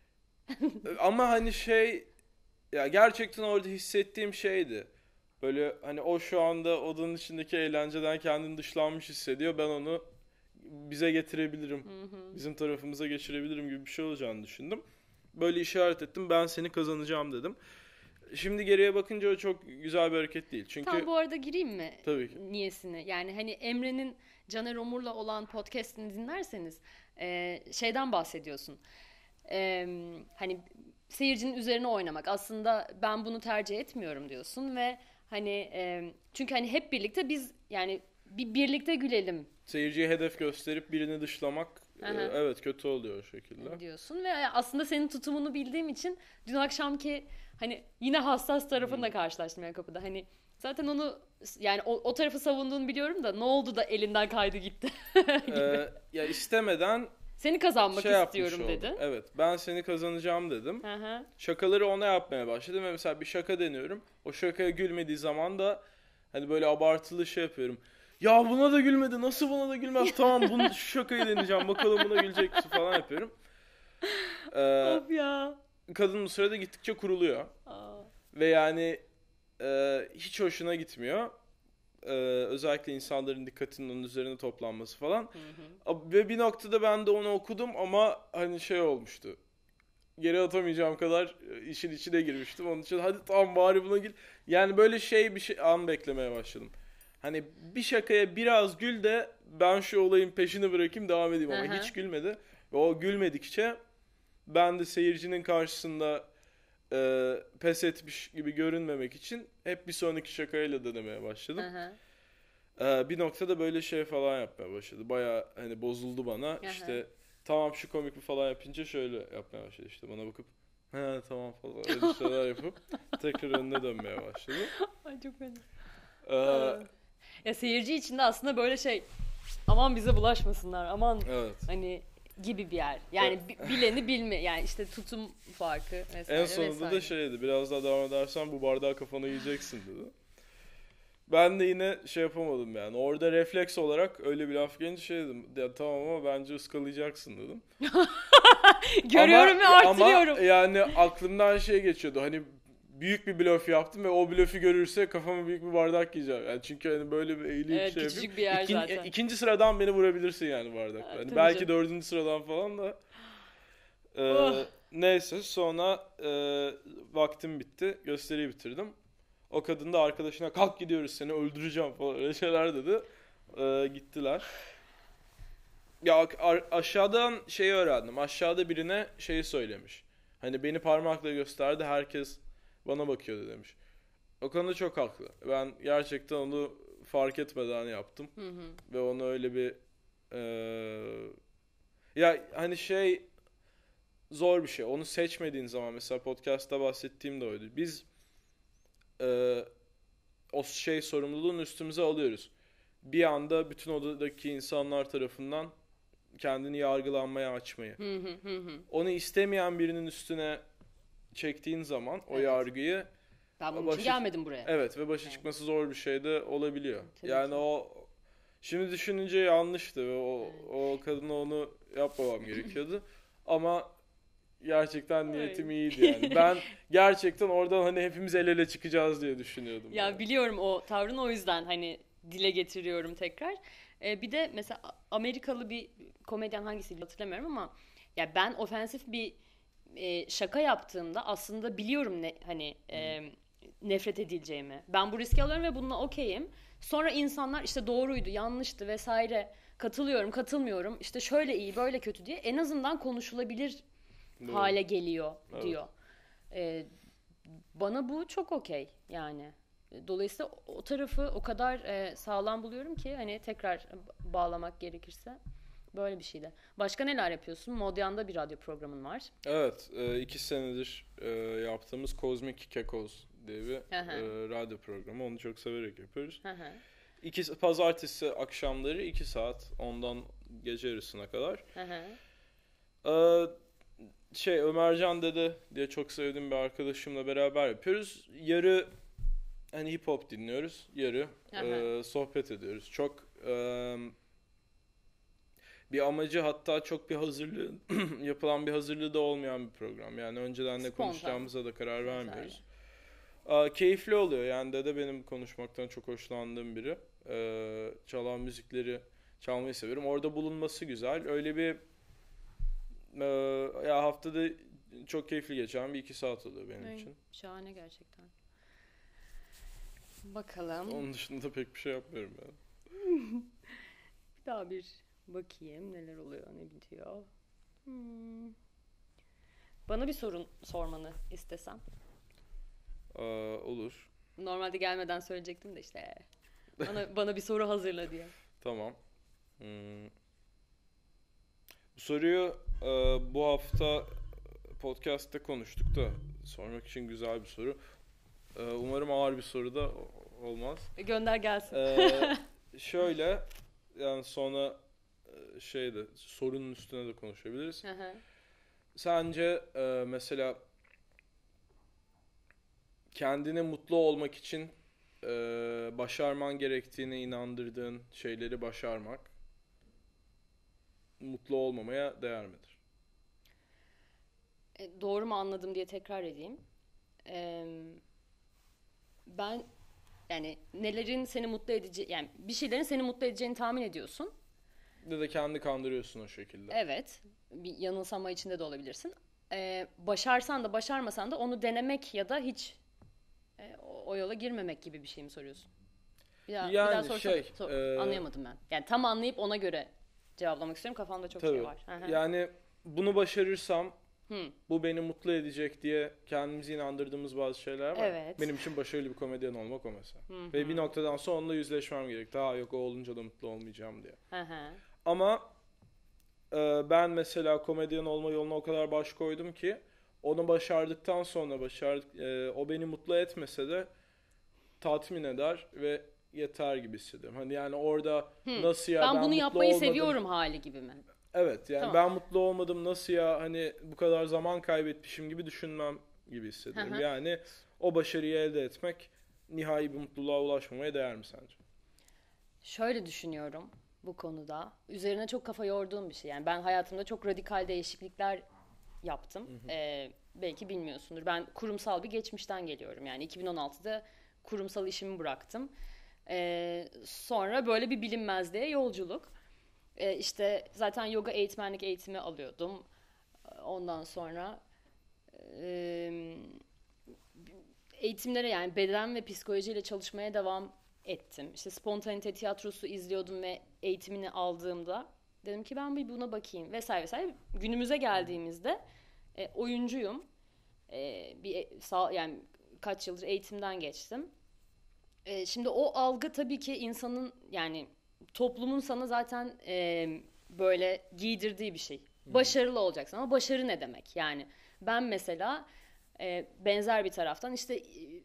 Ama hani ya gerçekten orada hissettiğim şeydi. Böyle hani o şu anda odanın içindeki eğlenceden kendini dışlanmış hissediyor. Ben onu bize getirebilirim. Bizim tarafımıza geçirebilirim gibi bir şey olacağını düşündüm. Böyle işaret ettim. Ben seni kazanacağım dedim. Şimdi geriye bakınca o çok güzel bir hareket değil. Çünkü tam bu arada gireyim mi? Tabii ki. Niyesini. Yani hani Emre'nin Caner Omur'la olan podcast'ini dinlerseniz şeyden bahsediyorsun. Hani seyircinin üzerine oynamak. Aslında ben bunu tercih etmiyorum diyorsun ve hani çünkü hani hep birlikte biz yani birlikte gülelim. Seyirciye hedef gösterip birini dışlamak evet kötü oluyor o şekilde. Diyorsun ve aslında senin tutumunu bildiğim için dün akşamki hani yine hassas tarafınla karşılaştım ya kapıda. Hani zaten onu yani o tarafı savunduğunu biliyorum da ne oldu da elinden kaydı gitti. Ya istemeden seni kazanmak istiyorum dedin. Evet, ben seni kazanacağım dedim. Şakaları ona yapmaya başladım ve mesela bir şaka deniyorum. O şakaya gülmediği zaman da hani böyle abartılı şey yapıyorum. Ya buna da gülmedi, nasıl buna da gülmez? Tamam şu şakayı deneyeceğim, bakalım buna gülecek misin falan yapıyorum. Of ya. Kadın bu sırada gittikçe kuruluyor. Ve yani hiç hoşuna gitmiyor. Özellikle insanların dikkatinin onun üzerine toplanması falan. Ve bir noktada ben de onu okudum ama hani şey olmuştu. Geri atamayacağım kadar işin içine girmiştim. Onun için hadi tamam bari buna gül. Yani böyle bir şey an beklemeye başladım. Hani bir şakaya biraz gül de ben şu olayın peşini bırakayım devam edeyim ama hiç gülmedi. Ve o gülmedikçe ben de seyircinin karşısında pes etmiş gibi görünmemek için hep bir sonraki şakayla denemeye başladım. Bir noktada böyle şey falan yapmaya başladı. Bayağı hani bozuldu bana. İşte tamam şu komik bir falan yapınca şöyle yapmaya başladı. İşte bana bakıp he tamam falan öyle şeyler yapıp tekrar önüne dönmeye başladı. Ay çok fena. Ya seyirci için de aslında böyle aman bize bulaşmasınlar aman hani gibi bir yer. Yani bileni bilme yani işte tutum farkı vesaire. En sonunda da şeydi biraz daha devam edersen bu bardağı kafana yiyeceksin dedi. Ben de yine yapamadım yani. Orada refleks olarak öyle bir laf gelince dedim. Ya tamam ama bence ıskalayacaksın dedim. Görüyorum ve artırıyorum. Ama yani aklımdan geçiyordu. Hani büyük bir blöf yaptım ve o blöfü görürse kafama büyük bir bardak yiyeceğim. Yani çünkü hani böyle bir eğileyip küçücük bir yer zaten. İkinci sıradan beni vurabilirsin yani bardakla. Hani belki dördüncü sıradan falan da. Neyse sonra vaktim bitti. Gösteriyi bitirdim. O kadın da arkadaşına kalk gidiyoruz seni öldüreceğim falan öyle şeyler dedi. Gittiler. Ya aşağıdan öğrendim. Aşağıda birine söylemiş. Hani beni parmakla gösterdi herkes bana bakıyordu demiş. O konuda çok haklı. Ben gerçekten onu fark etmeden yaptım. Ve onu öyle bir ya hani zor bir şey. Onu seçmediğin zaman mesela podcast'ta bahsettiğim de oydu. Biz o sorumluluğun üstümüze alıyoruz. Bir anda bütün odadaki insanlar tarafından kendini yargılanmaya açmayı. Onu istemeyen birinin üstüne çektiğin zaman o yargıyı ben bunun için gelmedim buraya. Evet ve başa çıkması zor bir şey de olabiliyor. Tabii yani ki. O şimdi düşününce yanlıştı ve o kadına onu yapmamam gerekiyordu. Ama gerçekten niyetim iyiydi yani. Ben gerçekten oradan hani hepimiz el ele çıkacağız diye düşünüyordum. Ya biliyorum o tavrını, o yüzden hani dile getiriyorum tekrar. Bir de mesela Amerikalı bir komedyen, hangisiydi hatırlamıyorum ama ya ben ofensif bir şaka yaptığımda aslında biliyorum nefret edileceğimi. Ben bu riski alıyorum ve bununla okeyim. Sonra insanlar işte doğruydu, yanlıştı vesaire, katılıyorum, katılmıyorum, işte şöyle iyi, böyle kötü diye en azından konuşulabilir hale geliyor diyor. Bana bu çok okey yani. Dolayısıyla o tarafı o kadar sağlam buluyorum ki hani tekrar bağlamak gerekirse böyle bir şeyde. Başka neler yapıyorsun? Modyan'da bir radyo programın var. Evet, 2 senedir yaptığımız Kozmik Kekoz diye bir radyo programı. Onu çok severek yapıyoruz. Pazartesi akşamları 2 saat, ondan gece yarısına kadar. Ömercan Dede diye çok sevdiğim bir arkadaşımla beraber yapıyoruz. Yarı hani hip hop dinliyoruz, yarı sohbet ediyoruz. Çok bir amacı, hatta çok bir hazırlığı yapılan bir hazırlığı da olmayan bir program. Yani önceden ne konuşacağımıza da karar vermiyoruz. Keyifli oluyor. Yani Dede benim konuşmaktan çok hoşlandığım biri. Çalan müzikleri çalmayı seviyorum. Orada bulunması güzel. Öyle bir ya haftada çok keyifli geçen bir 2 saat oluyor benim için. Şahane gerçekten. Bakalım. Onun dışında pek bir şey yapmıyorum ben. Bir daha bir bakayım neler oluyor, ne bitiyor. Bana bir sorun sormanı istesem. Olur. Normalde gelmeden söyleyecektim de işte. Bana bir soru hazırla diye. Tamam. Bu soruyu bu hafta podcast'te konuştuk da sormak için güzel bir soru. Umarım ağır bir soru da olmaz. Gönder gelsin. Şöyle, yani sonra sorunun üstüne de konuşabiliriz. Sence mesela kendine mutlu olmak için başarman gerektiğine inandırdığın şeyleri başarmak mutlu olmamaya değer midir? Doğru mu anladım diye tekrar edeyim. Ben yani nelerin seni mutlu edeceği, yani bir şeylerin seni mutlu edeceğini tahmin ediyorsun. Ya da kendi kandırıyorsun o şekilde. Evet. Bir yanılsama içinde de olabilirsin. Başarsan da başarmasan da onu denemek ya da hiç o yola girmemek gibi bir şey mi soruyorsun? Bir daha sorsana. Anlayamadım ben. Yani tam anlayıp ona göre cevaplamak istiyorum. Kafamda çok şey var. Yani bunu başarırsam bu beni mutlu edecek diye kendimizi inandırdığımız bazı şeyler var. Evet. Benim için başarılı bir komedyen olmak o mesela. Ve bir noktadan sonra onunla yüzleşmem gerek. Yok, o olunca da mutlu olmayacağım diye. Ama ben mesela komedyen olma yoluna o kadar baş koydum ki onu başardıktan sonra o beni mutlu etmese de tatmin eder ve yeter gibi hissediyorum. Hani yani orada nasıl ya ben bunu yapmayı seviyorum hali gibi mi? Evet yani tamam. Ben mutlu olmadım, nasıl ya hani bu kadar zaman kaybetmişim gibi düşünmem gibi hissediyorum. Yani o başarıyı elde etmek nihai bir mutluluğa ulaşmamaya değer mi sence? Şöyle düşünüyorum bu konuda. Üzerine çok kafa yorduğum bir şey. Yani ben hayatımda çok radikal değişiklikler yaptım. Belki bilmiyorsundur. Ben kurumsal bir geçmişten geliyorum. Yani 2016'da kurumsal işimi bıraktım. Sonra böyle bir bilinmezliğe yolculuk. İşte zaten yoga eğitmenlik eğitimi alıyordum. Ondan sonra eğitimlere, yani beden ve psikolojiyle çalışmaya devam ettim. İşte spontanite tiyatrosu izliyordum ve eğitimini aldığımda dedim ki ben bir buna bakayım vesaire vesaire. Günümüze geldiğimizde oyuncuyum. Yani kaç yıldır eğitimden geçtim. Şimdi o algı tabii ki insanın, yani toplumun sana zaten böyle giydirdiği bir şey. Başarılı olacaksın ama başarı ne demek? Yani ben mesela benzer bir taraftan işte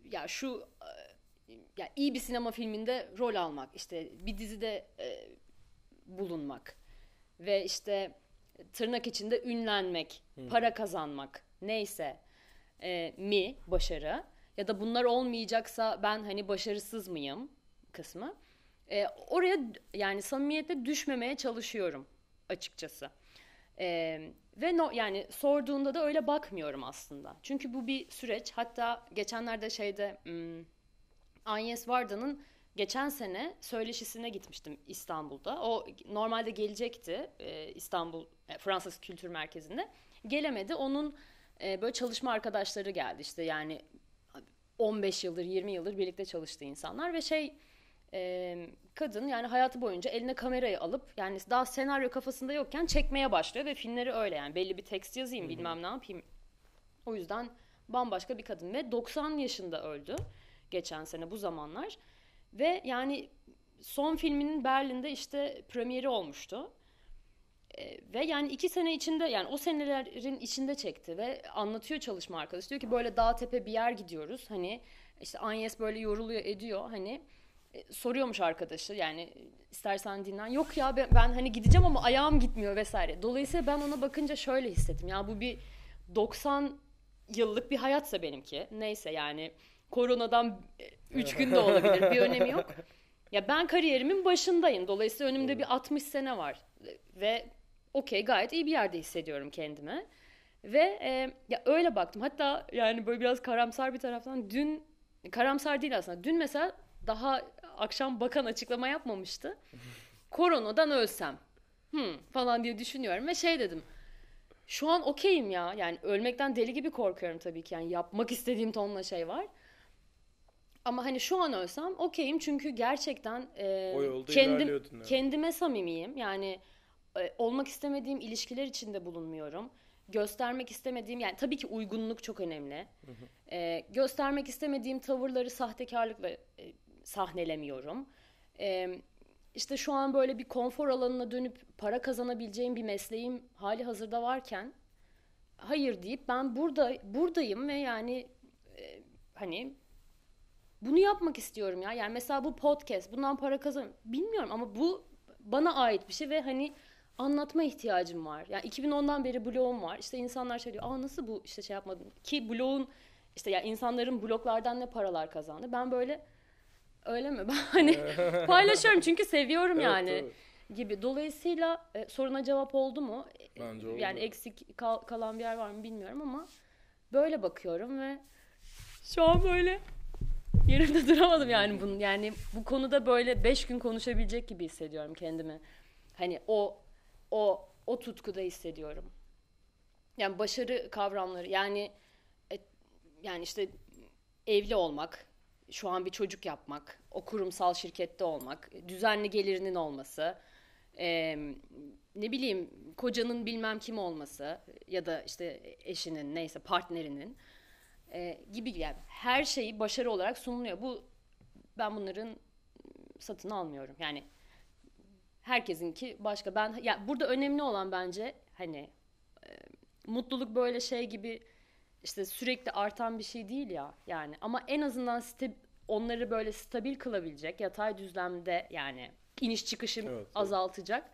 ya iyi bir sinema filminde rol almak, işte bir dizide bulunmak ve işte tırnak içinde ünlenmek, para kazanmak, neyse. mi başarı ya da bunlar olmayacaksa ben hani başarısız mıyım kısmı. Oraya yani samimiyetle düşmemeye çalışıyorum açıkçası. Ve yani sorduğunda da öyle bakmıyorum aslında. Çünkü bu bir süreç. Hatta geçenlerde Agnes Varda'nın geçen sene söyleşisine gitmiştim İstanbul'da. O normalde gelecekti İstanbul Fransız Kültür Merkezi'nde. Gelemedi. Onun böyle çalışma arkadaşları geldi. İşte yani 15 yıldır 20 yıldır birlikte çalıştığı insanlar ve kadın yani hayatı boyunca eline kamerayı alıp yani daha senaryo kafasında yokken çekmeye başlıyor ve filmleri öyle yani belli bir tekst yazayım bilmem ne yapayım. O yüzden bambaşka bir kadın ve 90 yaşında öldü geçen sene bu zamanlar ve yani son filminin Berlin'de işte premieri olmuştu. Ve yani 2 sene içinde yani o senelerin içinde çekti ve anlatıyor çalışma arkadaşı. Diyor ki böyle dağ tepe bir yer gidiyoruz. Hani işte Agnes böyle yoruluyor ediyor. Hani soruyormuş arkadaşı yani istersen dinlen. Yok ya ben hani gideceğim ama ayağım gitmiyor vesaire. Dolayısıyla ben ona bakınca şöyle hissettim. Ya bu bir 90 yıllık bir hayatsa benimki. Neyse yani koronadan 3 gün de olabilir. Bir önemi yok. Ya ben kariyerimin başındayım. Dolayısıyla önümde bir 60 sene var. Ve okey gayet iyi bir yerde hissediyorum kendimi. Ve ya öyle baktım. Hatta yani böyle biraz karamsar bir taraftan dün karamsar değil aslında. Dün mesela daha akşam bakan açıklama yapmamıştı. Koronadan ölsem falan diye düşünüyorum ve dedim. Şu an okeyim ya. Yani ölmekten deli gibi korkuyorum tabii ki. Yani yapmak istediğim tonla şey var. Ama hani şu an ölsem okeyim çünkü gerçekten kendime samimiyim. Yani olmak istemediğim ilişkiler içinde bulunmuyorum. Göstermek istemediğim yani tabii ki uygunluk çok önemli. Göstermek istemediğim tavırları sahtekarlıkla sahnelemiyorum. İşte şu an böyle bir konfor alanına dönüp para kazanabileceğim bir mesleğim hali hazırda varken hayır deyip ben buradayım ve yani hani bunu yapmak istiyorum ya. Yani mesela bu podcast bundan para bilmiyorum ama bu bana ait bir şey ve hani anlatma ihtiyacım var. Yani 2010'dan beri blogum var. İşte insanlar diyor. Nasıl bu işte yapmadın? Ki blogun işte ya insanların bloglardan ne paralar kazandı. Ben böyle öyle mi? Ben hani paylaşıyorum çünkü seviyorum yani evet. Gibi. Dolayısıyla soruna cevap oldu mu? Bence oldu. Yani eksik kalan bir yer var mı bilmiyorum ama böyle bakıyorum ve şu an böyle yerimde duramadım yani bunun. Yani bu konuda böyle 5 gün konuşabilecek gibi hissediyorum kendimi. Hani o tutkuda hissediyorum. Yani başarı kavramları yani işte evli olmak, şu an bir çocuk yapmak, o kurumsal şirkette olmak, düzenli gelirinin olması, ne bileyim kocanın bilmem kim olması ya da işte eşinin neyse partnerinin gibi yani her şeyi başarı olarak sunuluyor. Ben bunların satın almıyorum. Yani herkesinki başka. Ya burada önemli olan bence hani mutluluk böyle şey gibi işte sürekli artan bir şey değil ya yani ama en azından onları böyle stabil kılabilecek yatay düzlemde yani iniş çıkışı azaltacak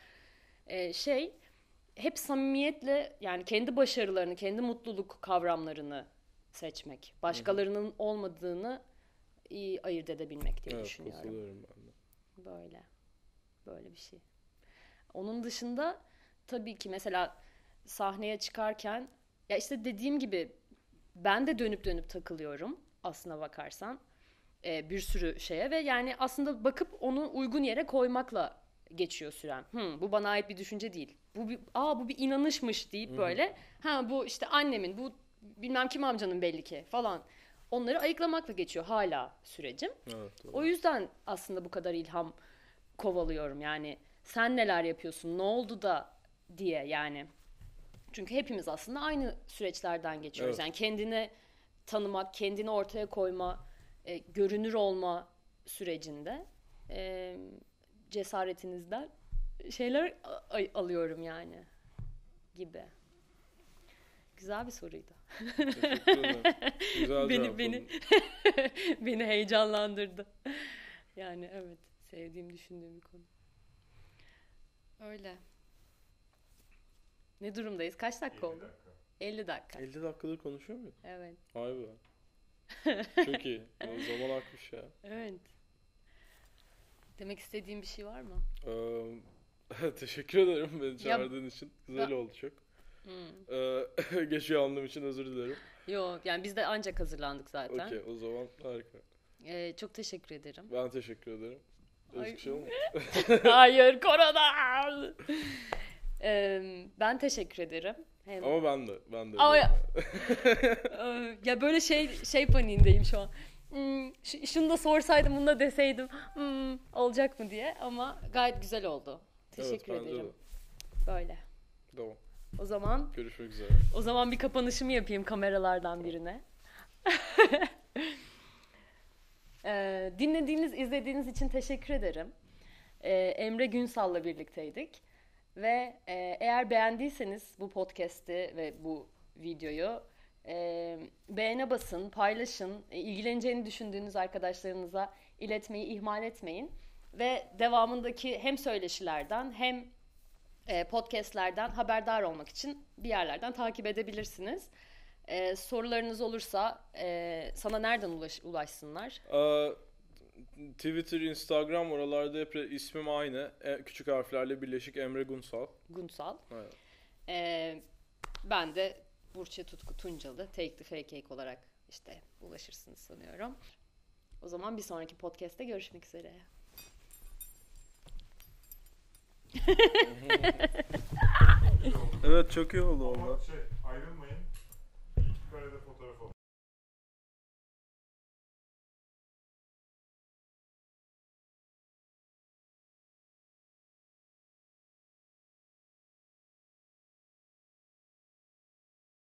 hep samimiyetle yani kendi başarılarını, kendi mutluluk kavramlarını seçmek. Başkalarının olmadığını iyi ayırt edebilmek diye düşünüyorum. Evet, katılıyorum ben de. Böyle bir şey. Onun dışında tabii ki mesela sahneye çıkarken ya işte dediğim gibi ben de dönüp takılıyorum aslına bakarsan bir sürü şeye ve yani aslında bakıp onu uygun yere koymakla geçiyor sürem. Bu bana ait bir düşünce değil. Bu bir inanışmış deyip böyle bu işte annemin bu bilmem kim amcanın belli ki falan onları ayıklamakla geçiyor hala sürecim. Evet, o yüzden aslında bu kadar ilham kovalıyorum yani sen neler yapıyorsun ne oldu da diye yani. Çünkü hepimiz aslında aynı süreçlerden geçiyoruz. Evet. Yani kendini tanımak, kendini ortaya koyma, görünür olma sürecinde cesaretinizden şeyler alıyorum yani gibi. Güzel bir soruydu. Teşekkür ederim. Güzel beni heyecanlandırdı. Yani evet, sevdiğim, düşündüğüm bir konu. Öyle. Ne durumdayız? Kaç dakika oldu? 50 dakika. 50 dakikadır konuşuyor muyum? Evet. Vay be. Çok iyi. O zaman akmış ya. Evet. Demek istediğin bir şey var mı? Teşekkür ederim beni çağırdığın için. Güzel oldu çok. Geç uyandığım için özür dilerim. Yok yani biz de ancak hazırlandık zaten. Okey, o zaman harika. Çok teşekkür ederim. Ben teşekkür ederim. Özür şey olmadı. Hayır, korona. Ben teşekkür ederim. Ama ben de. Ama ya böyle şey paniğindeyim şu an. Şunu da sorsaydım, bunu da deseydim olacak mı diye, ama gayet güzel oldu. Teşekkür ederim. Böyle. Tamam. O zaman görüşmek üzere. O zaman bir kapanışımı yapayım kameralardan birine. Dinlediğiniz, izlediğiniz için teşekkür ederim. Emre Günsal'la birlikteydik. Ve eğer beğendiyseniz bu podcast'i ve bu videoyu beğene basın, paylaşın, ilgileneceğini düşündüğünüz arkadaşlarınıza iletmeyi ihmal etmeyin. Ve devamındaki hem söyleşilerden hem podcast'lerden haberdar olmak için bir yerlerden takip edebilirsiniz. Sorularınız olursa sana nereden ulaşsınlar? Twitter, Instagram, oralarda hep ismim aynı. Küçük harflerle birleşik Emre Gunsal. Gunsal. Evet. Ben de Burçe Tutku Tuncalı, Take the Fake Cake olarak işte ulaşırsınız sanıyorum. O zaman bir sonraki podcast'te görüşmek üzere. Evet, çok iyi oldu valla. Ayrılmayın. İki karede fotoğraf alın.